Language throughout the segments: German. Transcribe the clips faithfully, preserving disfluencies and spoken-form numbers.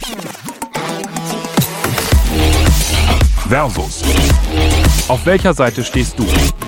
Versus. Auf welcher Seite stehst du?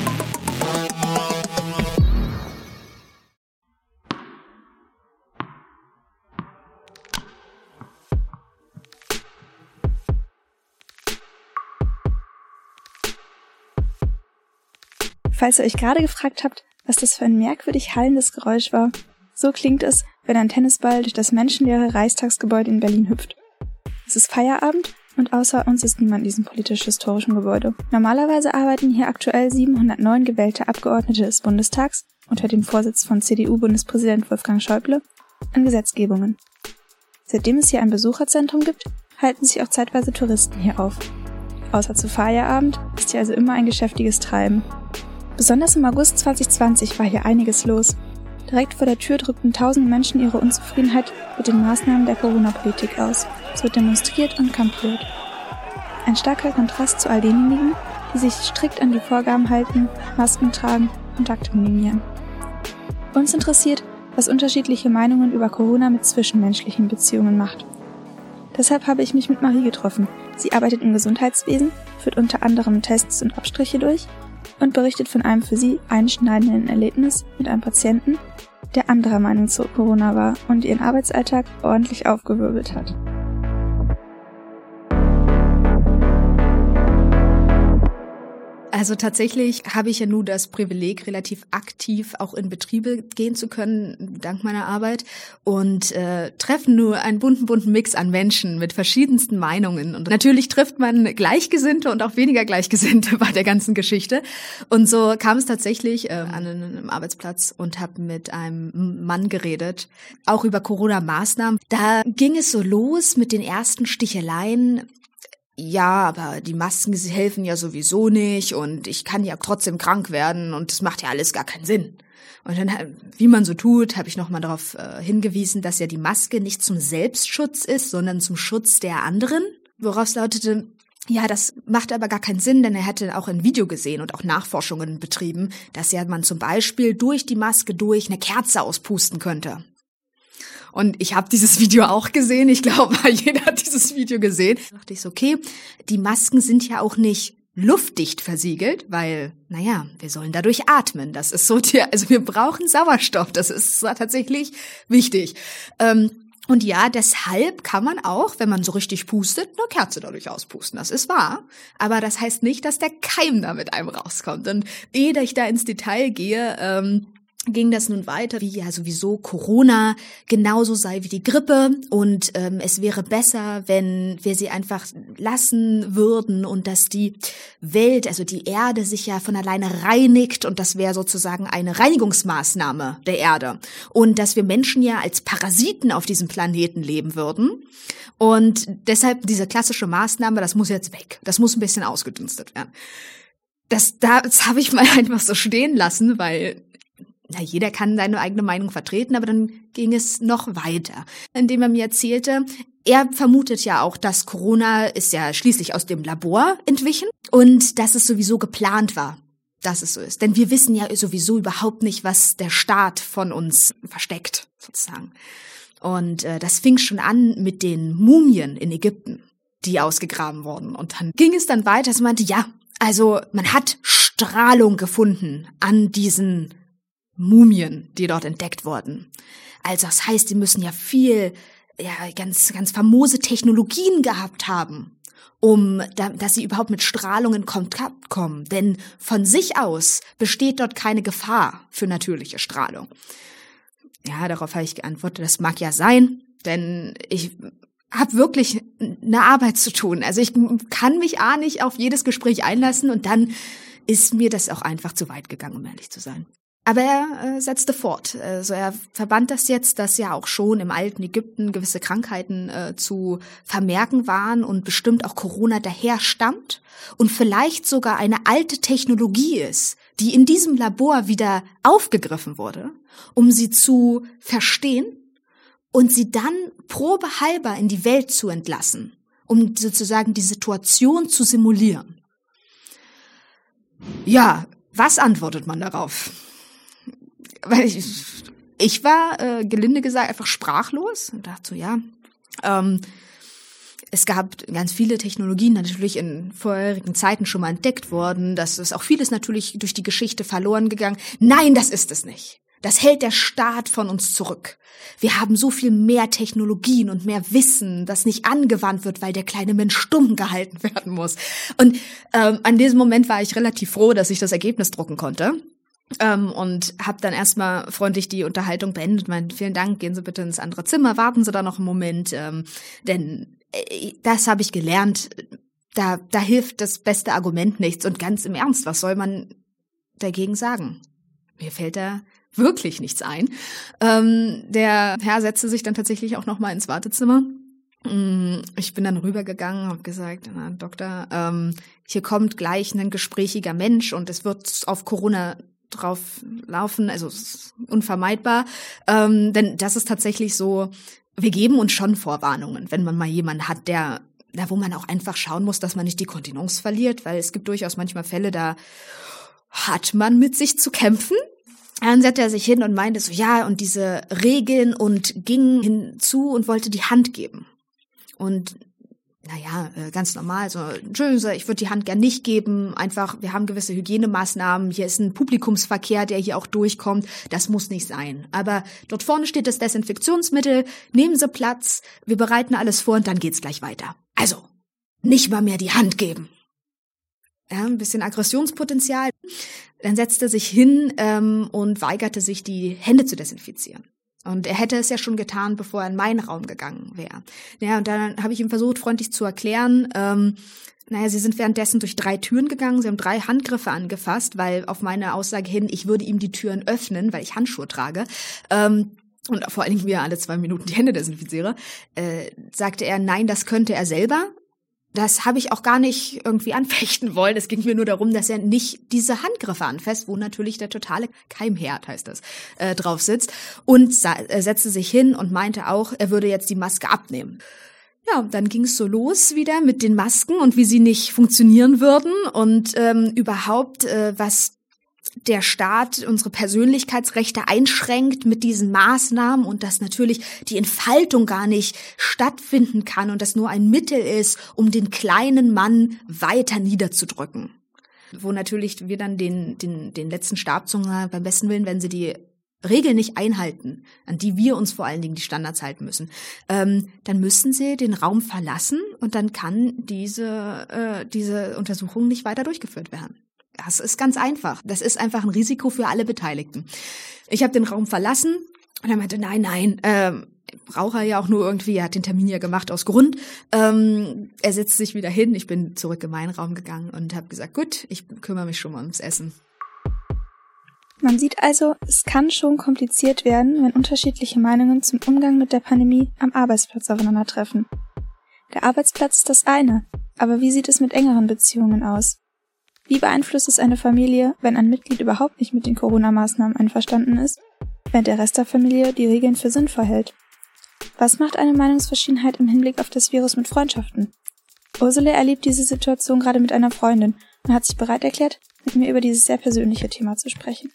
Falls ihr euch gerade gefragt habt, was das für ein merkwürdig hallendes Geräusch war, so klingt es, wenn ein Tennisball durch das menschenleere Reichstagsgebäude in Berlin hüpft. Es ist Feierabend und außer uns ist niemand in diesem politisch-historischen Gebäude. Normalerweise arbeiten hier aktuell siebenhundertneun gewählte Abgeordnete des Bundestags unter dem Vorsitz von C D U-Bundespräsident Wolfgang Schäuble an Gesetzgebungen. Seitdem es hier ein Besucherzentrum gibt, halten sich auch zeitweise Touristen hier auf. Außer zu Feierabend ist hier also immer ein geschäftiges Treiben. Besonders im August zwanzig zwanzig war hier einiges los. Direkt vor der Tür drückten tausende Menschen ihre Unzufriedenheit mit den Maßnahmen der Corona-Politik aus. Es wird demonstriert und kampiert. Ein starker Kontrast zu all denjenigen, die sich strikt an die Vorgaben halten, Masken tragen, Kontakte minimieren. Uns interessiert, was unterschiedliche Meinungen über Corona mit zwischenmenschlichen Beziehungen macht. Deshalb habe ich mich mit Marie getroffen. Sie arbeitet im Gesundheitswesen, führt unter anderem Tests und Abstriche durch und berichtet von einem für sie einschneidenden Erlebnis mit einem Patienten, der anderer Meinung zu Corona war und ihren Arbeitsalltag ordentlich aufgewirbelt hat. Also tatsächlich habe ich ja nur das Privileg, relativ aktiv auch in Betriebe gehen zu können, dank meiner Arbeit, und äh, treffen nur einen bunten, bunten Mix an Menschen mit verschiedensten Meinungen. Und natürlich trifft man Gleichgesinnte und auch weniger Gleichgesinnte bei der ganzen Geschichte. Und so kam es tatsächlich äh, an einem Arbeitsplatz und habe mit einem Mann geredet, auch über Corona-Maßnahmen. Da ging es so los mit den ersten Sticheleien. Ja, aber die Masken sie helfen ja sowieso nicht und ich kann ja trotzdem krank werden und das macht ja alles gar keinen Sinn. Und dann, wie man so tut, habe ich nochmal darauf äh, hingewiesen, dass ja die Maske nicht zum Selbstschutz ist, sondern zum Schutz der anderen. Worauf es lautete, ja, das macht aber gar keinen Sinn, denn er hätte auch ein Video gesehen und auch Nachforschungen betrieben, dass ja man zum Beispiel durch die Maske durch eine Kerze auspusten könnte. Und ich habe dieses Video auch gesehen. Ich glaube, jeder hat dieses Video gesehen. Da dachte ich so, okay, die Masken sind ja auch nicht luftdicht versiegelt, weil, naja, wir sollen dadurch atmen. Das ist so, die, also wir brauchen Sauerstoff. Das ist tatsächlich wichtig. Ähm, und ja, deshalb kann man auch, wenn man so richtig pustet, eine Kerze dadurch auspusten. Das ist wahr. Aber das heißt nicht, dass der Keim da mit einem rauskommt. Und ehe ich da ins Detail gehe, ähm, ging das nun weiter, wie ja sowieso Corona genauso sei wie die Grippe und ähm, es wäre besser, wenn wir sie einfach lassen würden und dass die Welt, also die Erde, sich ja von alleine reinigt und das wäre sozusagen eine Reinigungsmaßnahme der Erde und dass wir Menschen ja als Parasiten auf diesem Planeten leben würden und deshalb diese klassische Maßnahme, das muss jetzt weg, das muss ein bisschen ausgedünstet werden. Das, das habe ich mal einfach so stehen lassen, weil na, jeder kann seine eigene Meinung vertreten, aber dann ging es noch weiter, indem er mir erzählte, er vermutet ja auch, dass Corona ist ja schließlich aus dem Labor entwichen und dass es sowieso geplant war, dass es so ist. Denn wir wissen ja sowieso überhaupt nicht, was der Staat von uns versteckt, sozusagen. Und äh, das fing schon an mit den Mumien in Ägypten, die ausgegraben wurden. Und dann ging es dann weiter, es meinte, ja, also man hat Strahlung gefunden an diesen Mumien, die dort entdeckt wurden. Also das heißt, die müssen ja viel, ja, ganz, ganz famose Technologien gehabt haben, um, da, dass sie überhaupt mit Strahlung in Kontakt kommen. Denn von sich aus besteht dort keine Gefahr für natürliche Strahlung. Ja, darauf habe ich geantwortet, das mag ja sein, denn ich habe wirklich eine Arbeit zu tun. Also ich kann mich A nicht auf jedes Gespräch einlassen und dann ist mir das auch einfach zu weit gegangen, um ehrlich zu sein. Aber er äh, setzte fort. Also er verband das jetzt, dass ja auch schon im alten Ägypten gewisse Krankheiten äh, zu vermerken waren und bestimmt auch Corona daher stammt und vielleicht sogar eine alte Technologie ist, die in diesem Labor wieder aufgegriffen wurde, um sie zu verstehen und sie dann probehalber in die Welt zu entlassen, um sozusagen die Situation zu simulieren. Ja, was antwortet man darauf? Weil ich, ich war, äh, gelinde gesagt, einfach sprachlos und dachte so, ja, ähm, es gab ganz viele Technologien natürlich in vorherigen Zeiten schon mal entdeckt worden. Das ist auch vieles natürlich durch die Geschichte verloren gegangen. Nein, das ist es nicht. Das hält der Staat von uns zurück. Wir haben so viel mehr Technologien und mehr Wissen, das nicht angewandt wird, weil der kleine Mensch stumm gehalten werden muss. Und ähm, an diesem Moment war ich relativ froh, dass ich das Ergebnis drucken konnte. Ähm, und habe dann erstmal freundlich die Unterhaltung beendet. Meinte, vielen Dank, gehen Sie bitte ins andere Zimmer, warten Sie da noch einen Moment, ähm, denn äh, das habe ich gelernt. Da, da hilft das beste Argument nichts. Und ganz im Ernst, was soll man dagegen sagen? Mir fällt da wirklich nichts ein. Ähm, der Herr setzte sich dann tatsächlich auch noch mal ins Wartezimmer. Ich bin dann rübergegangen, habe gesagt, na, Doktor, ähm, hier kommt gleich ein gesprächiger Mensch und es wird auf Corona drauf laufen, also es ist unvermeidbar. Ähm, denn das ist tatsächlich so, wir geben uns schon Vorwarnungen, wenn man mal jemanden hat, der, da wo man auch einfach schauen muss, dass man nicht die Kontinenz verliert, weil es gibt durchaus manchmal Fälle, da hat man mit sich zu kämpfen. Dann setzte er sich hin und meinte so, ja, und diese Regeln und ging hinzu und wollte die Hand geben. Und naja, ganz normal, so, Entschuldigung, ich würde die Hand gern nicht geben, einfach, wir haben gewisse Hygienemaßnahmen, hier ist ein Publikumsverkehr, der hier auch durchkommt, das muss nicht sein. Aber dort vorne steht das Desinfektionsmittel, nehmen Sie Platz, wir bereiten alles vor und dann geht's gleich weiter. Also, nicht mal mehr die Hand geben. Ja, ein bisschen Aggressionspotenzial. Dann setzte er sich hin ähm, und weigerte sich, die Hände zu desinfizieren. Und er hätte es ja schon getan, bevor er in meinen Raum gegangen wäre. Ja, und dann habe ich ihm versucht, freundlich zu erklären, ähm, naja, sie sind währenddessen durch drei Türen gegangen, sie haben drei Handgriffe angefasst, weil auf meine Aussage hin, ich würde ihm die Türen öffnen, weil ich Handschuhe trage, ähm, und vor allen Dingen mir alle zwei Minuten die Hände desinfiziere, äh, sagte er, nein, das könnte er selber. Das habe ich auch gar nicht irgendwie anfechten wollen. Es ging mir nur darum, dass er nicht diese Handgriffe anfasst, wo natürlich der totale Keimherd, heißt das, äh, drauf sitzt. Und sa- äh, setzte sich hin und meinte auch, er würde jetzt die Maske abnehmen. Ja, dann ging es so los wieder mit den Masken und wie sie nicht funktionieren würden und ähm, überhaupt, äh, was der Staat unsere Persönlichkeitsrechte einschränkt mit diesen Maßnahmen und dass natürlich die Entfaltung gar nicht stattfinden kann und das nur ein Mittel ist, um den kleinen Mann weiter niederzudrücken. Wo natürlich wir dann den, den, den letzten Stabzungen haben, beim besten Willen, wenn sie die Regeln nicht einhalten, an die wir uns vor allen Dingen die Standards halten müssen, ähm, dann müssen sie den Raum verlassen und dann kann diese, äh, diese Untersuchung nicht weiter durchgeführt werden. Das ist ganz einfach. Das ist einfach ein Risiko für alle Beteiligten. Ich habe den Raum verlassen und er meinte, nein, nein, ähm, braucht er ja auch nur irgendwie, er hat den Termin ja gemacht aus Grund. Ähm, er setzt sich wieder hin, ich bin zurück in meinen Raum gegangen und habe gesagt, gut, ich kümmere mich schon mal ums Essen. Man sieht also, es kann schon kompliziert werden, wenn unterschiedliche Meinungen zum Umgang mit der Pandemie am Arbeitsplatz aufeinandertreffen. Der Arbeitsplatz ist das eine, aber wie sieht es mit engeren Beziehungen aus? Wie beeinflusst es eine Familie, wenn ein Mitglied überhaupt nicht mit den Corona-Maßnahmen einverstanden ist, während der Rest der Familie die Regeln für sinnvoll hält? Was macht eine Meinungsverschiedenheit im Hinblick auf das Virus mit Freundschaften? Ursula erlebt diese Situation gerade mit einer Freundin und hat sich bereit erklärt, mit mir über dieses sehr persönliche Thema zu sprechen.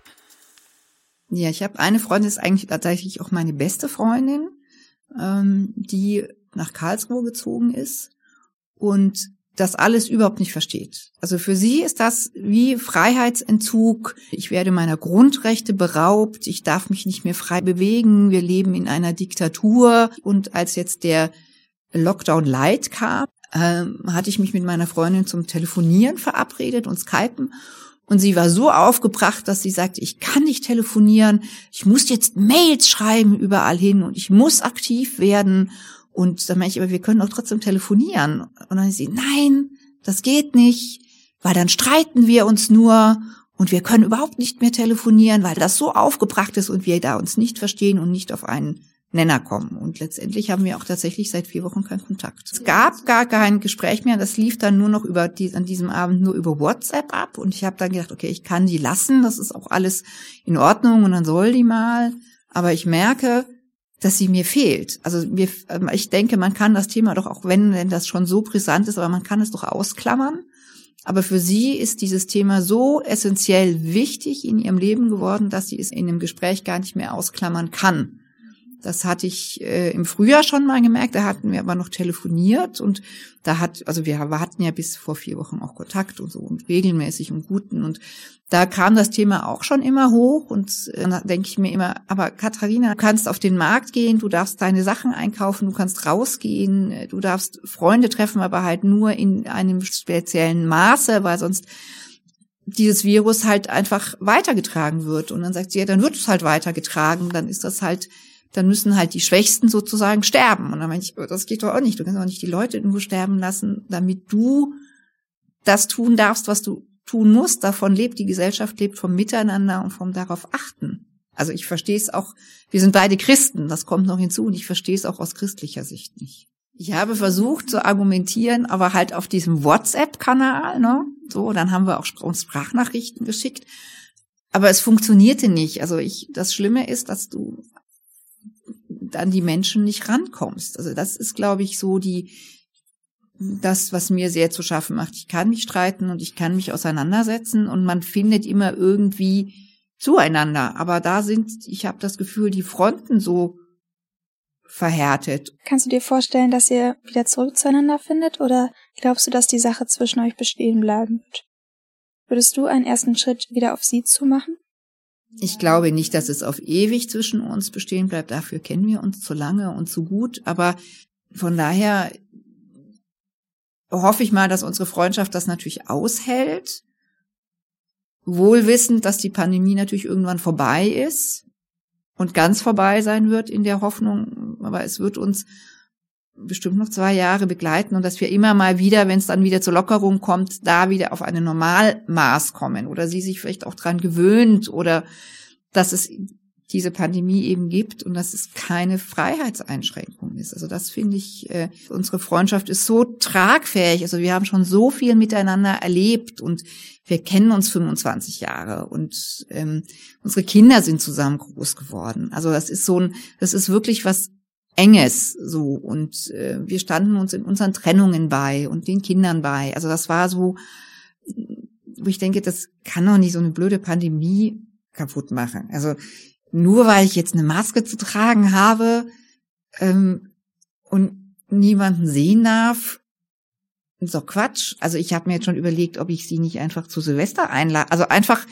Ja, ich habe eine Freundin, das ist eigentlich tatsächlich auch meine beste Freundin, ähm, die nach Karlsruhe gezogen ist und das alles überhaupt nicht versteht. Also für sie ist das wie Freiheitsentzug. Ich werde meiner Grundrechte beraubt. Ich darf mich nicht mehr frei bewegen. Wir leben in einer Diktatur. Und als jetzt der Lockdown Light kam, äh, hatte ich mich mit meiner Freundin zum Telefonieren verabredet und Skypen. Und sie war so aufgebracht, dass sie sagte, ich kann nicht telefonieren. Ich muss jetzt Mails schreiben überall hin und ich muss aktiv werden. Und dann meine ich, aber wir können doch trotzdem telefonieren. Und dann sie, nein, das geht nicht, weil dann streiten wir uns nur und wir können überhaupt nicht mehr telefonieren, weil das so aufgebracht ist und wir da uns nicht verstehen und nicht auf einen Nenner kommen. Und letztendlich haben wir auch tatsächlich seit vier Wochen keinen Kontakt. Es gab gar kein Gespräch mehr, das lief dann nur noch über die, an diesem Abend nur über WhatsApp ab. Und ich habe dann gedacht, okay, ich kann die lassen, das ist auch alles in Ordnung und dann soll die mal. Aber ich merke, dass sie mir fehlt. Also mir, ich denke, man kann das Thema doch auch, wenn, wenn das schon so brisant ist, aber man kann es doch ausklammern. Aber für sie ist dieses Thema so essentiell wichtig in ihrem Leben geworden, dass sie es in einem Gespräch gar nicht mehr ausklammern kann. Das hatte ich äh, im Frühjahr schon mal gemerkt, da hatten wir aber noch telefoniert und da hat, also wir hatten ja bis vor vier Wochen auch Kontakt und so und regelmäßig und guten und da kam das Thema auch schon immer hoch und äh, da denke ich mir immer, aber Katharina, du kannst auf den Markt gehen, du darfst deine Sachen einkaufen, du kannst rausgehen, du darfst Freunde treffen, aber halt nur in einem speziellen Maße, weil sonst dieses Virus halt einfach weitergetragen wird und dann sagt sie, ja, dann wird es halt weitergetragen, dann ist das halt dann müssen halt die Schwächsten sozusagen sterben. Und dann meine ich, das geht doch auch nicht. Du kannst auch nicht die Leute nur sterben lassen, damit du das tun darfst, was du tun musst. Davon lebt die Gesellschaft, lebt vom Miteinander und vom darauf achten. Also ich verstehe es auch, wir sind beide Christen, das kommt noch hinzu und ich verstehe es auch aus christlicher Sicht nicht. Ich habe versucht zu argumentieren, aber halt auf diesem WhatsApp-Kanal, ne? So, dann haben wir auch uns Sprachnachrichten geschickt. Aber es funktionierte nicht. Also ich, das Schlimme ist, dass du an die Menschen nicht rankommst. Also das ist, glaube ich, so die, das, was mir sehr zu schaffen macht. Ich kann mich streiten und ich kann mich auseinandersetzen und man findet immer irgendwie zueinander. Aber da sind, ich habe das Gefühl, die Fronten so verhärtet. Kannst du dir vorstellen, dass ihr wieder zurück zueinander findet oder glaubst du, dass die Sache zwischen euch bestehen bleiben wird? Würdest du einen ersten Schritt wieder auf sie zu machen? Ich glaube nicht, dass es auf ewig zwischen uns bestehen bleibt. Dafür kennen wir uns zu lange und zu gut. Aber von daher hoffe ich mal, dass unsere Freundschaft das natürlich aushält. Wohl wissend, dass die Pandemie natürlich irgendwann vorbei ist und ganz vorbei sein wird in der Hoffnung. Aber es wird uns bestimmt noch zwei Jahre begleiten und dass wir immer mal wieder, wenn es dann wieder zur Lockerung kommt, da wieder auf eine Normalmaß kommen oder sie sich vielleicht auch dran gewöhnt oder dass es diese Pandemie eben gibt und dass es keine Freiheitseinschränkung ist. Also das finde ich, äh, unsere Freundschaft ist so tragfähig. Also wir haben schon so viel miteinander erlebt und wir kennen uns fünfundzwanzig Jahre und ähm, unsere Kinder sind zusammen groß geworden. Also das ist so ein, das ist wirklich was Enges so und äh, wir standen uns in unseren Trennungen bei und den Kindern bei. Also das war so, wo ich denke, das kann doch nicht so eine blöde Pandemie kaputt machen. Also nur weil ich jetzt eine Maske zu tragen habe ähm, und niemanden sehen darf, ist doch Quatsch. Also ich habe mir jetzt schon überlegt, ob ich sie nicht einfach zu Silvester einlade. Also einfach,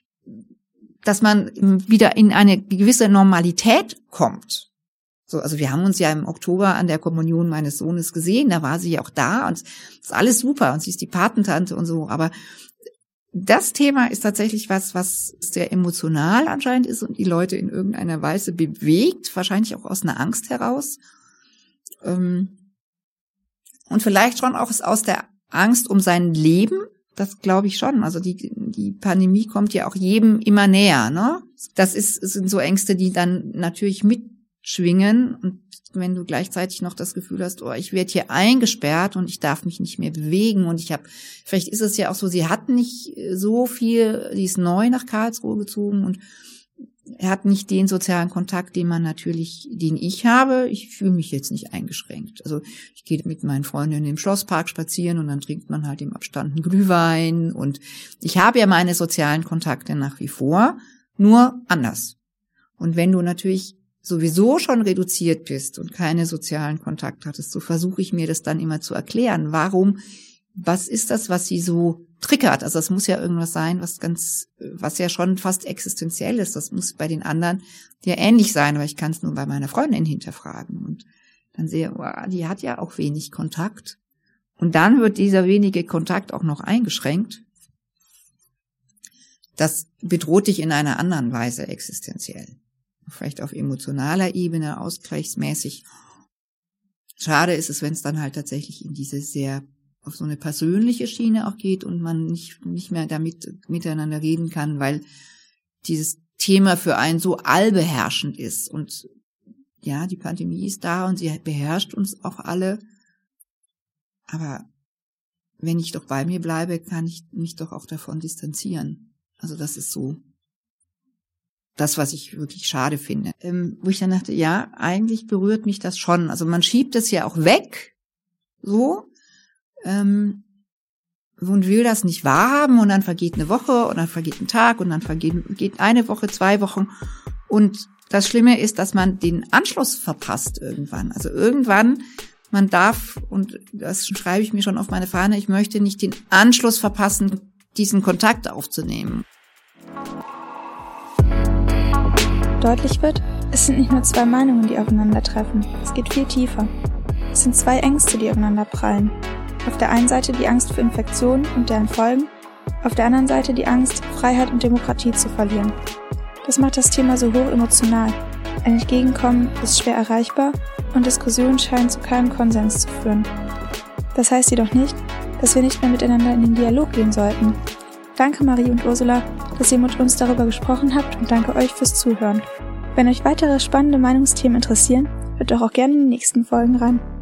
dass man wieder in eine gewisse Normalität kommt. So, also wir haben uns ja im Oktober an der Kommunion meines Sohnes gesehen, da war sie ja auch da und ist alles super und sie ist die Patentante und so, aber das Thema ist tatsächlich was, was sehr emotional anscheinend ist und die Leute in irgendeiner Weise bewegt, wahrscheinlich auch aus einer Angst heraus. Und vielleicht schon auch aus der Angst um sein Leben, das glaube ich schon. Also die, die Pandemie kommt ja auch jedem immer näher, ne? Das ist, sind so Ängste, die dann natürlich mitschwingen und wenn du gleichzeitig noch das Gefühl hast, oh, ich werde hier eingesperrt und ich darf mich nicht mehr bewegen und ich habe, vielleicht ist es ja auch so, sie hat nicht so viel, sie ist neu nach Karlsruhe gezogen und er hat nicht den sozialen Kontakt, den man natürlich, den ich habe. Ich fühle mich jetzt nicht eingeschränkt. Also ich gehe mit meinen Freundinnen im Schlosspark spazieren und dann trinkt man halt im Abstand einen Glühwein und ich habe ja meine sozialen Kontakte nach wie vor, nur anders. Und wenn du natürlich sowieso schon reduziert bist und keine sozialen Kontakte hattest, so versuche ich mir das dann immer zu erklären. Warum, was ist das, was sie so triggert? Also das muss ja irgendwas sein, was ganz, was ja schon fast existenziell ist. Das muss bei den anderen ja ähnlich sein, aber ich kann es nur bei meiner Freundin hinterfragen. Und dann sehe, oh, die hat ja auch wenig Kontakt. Und dann wird dieser wenige Kontakt auch noch eingeschränkt. Das bedroht dich in einer anderen Weise existenziell. Vielleicht auf emotionaler Ebene, ausgleichsmäßig. Schade ist es, wenn es dann halt tatsächlich in diese sehr, auf so eine persönliche Schiene auch geht und man nicht, nicht mehr damit miteinander reden kann, weil dieses Thema für einen so allbeherrschend ist. Und ja, die Pandemie ist da und sie beherrscht uns auch alle. Aber wenn ich doch bei mir bleibe, kann ich mich doch auch davon distanzieren. Also das ist so das, was ich wirklich schade finde. Ähm, wo ich dann dachte, ja, eigentlich berührt mich das schon. Also man schiebt es ja auch weg, so, ähm, und will das nicht wahrhaben und dann vergeht eine Woche und dann vergeht ein Tag und dann vergeht geht eine Woche, zwei Wochen und das Schlimme ist, dass man den Anschluss verpasst irgendwann. Also irgendwann, man darf, und das schreibe ich mir schon auf meine Fahne, ich möchte nicht den Anschluss verpassen, diesen Kontakt aufzunehmen. Deutlich wird, es sind nicht nur zwei Meinungen, die aufeinandertreffen. Es geht viel tiefer. Es sind zwei Ängste, die aufeinander prallen. Auf der einen Seite die Angst vor Infektionen und deren Folgen, auf der anderen Seite die Angst, Freiheit und Demokratie zu verlieren. Das macht das Thema so hoch emotional. Ein Entgegenkommen ist schwer erreichbar und Diskussionen scheinen zu keinem Konsens zu führen. Das heißt jedoch nicht, dass wir nicht mehr miteinander in den Dialog gehen sollten. Danke Marie und Ursula, dass ihr mit uns darüber gesprochen habt und danke euch fürs Zuhören. Wenn euch weitere spannende Meinungsthemen interessieren, hört doch auch gerne in die nächsten Folgen rein.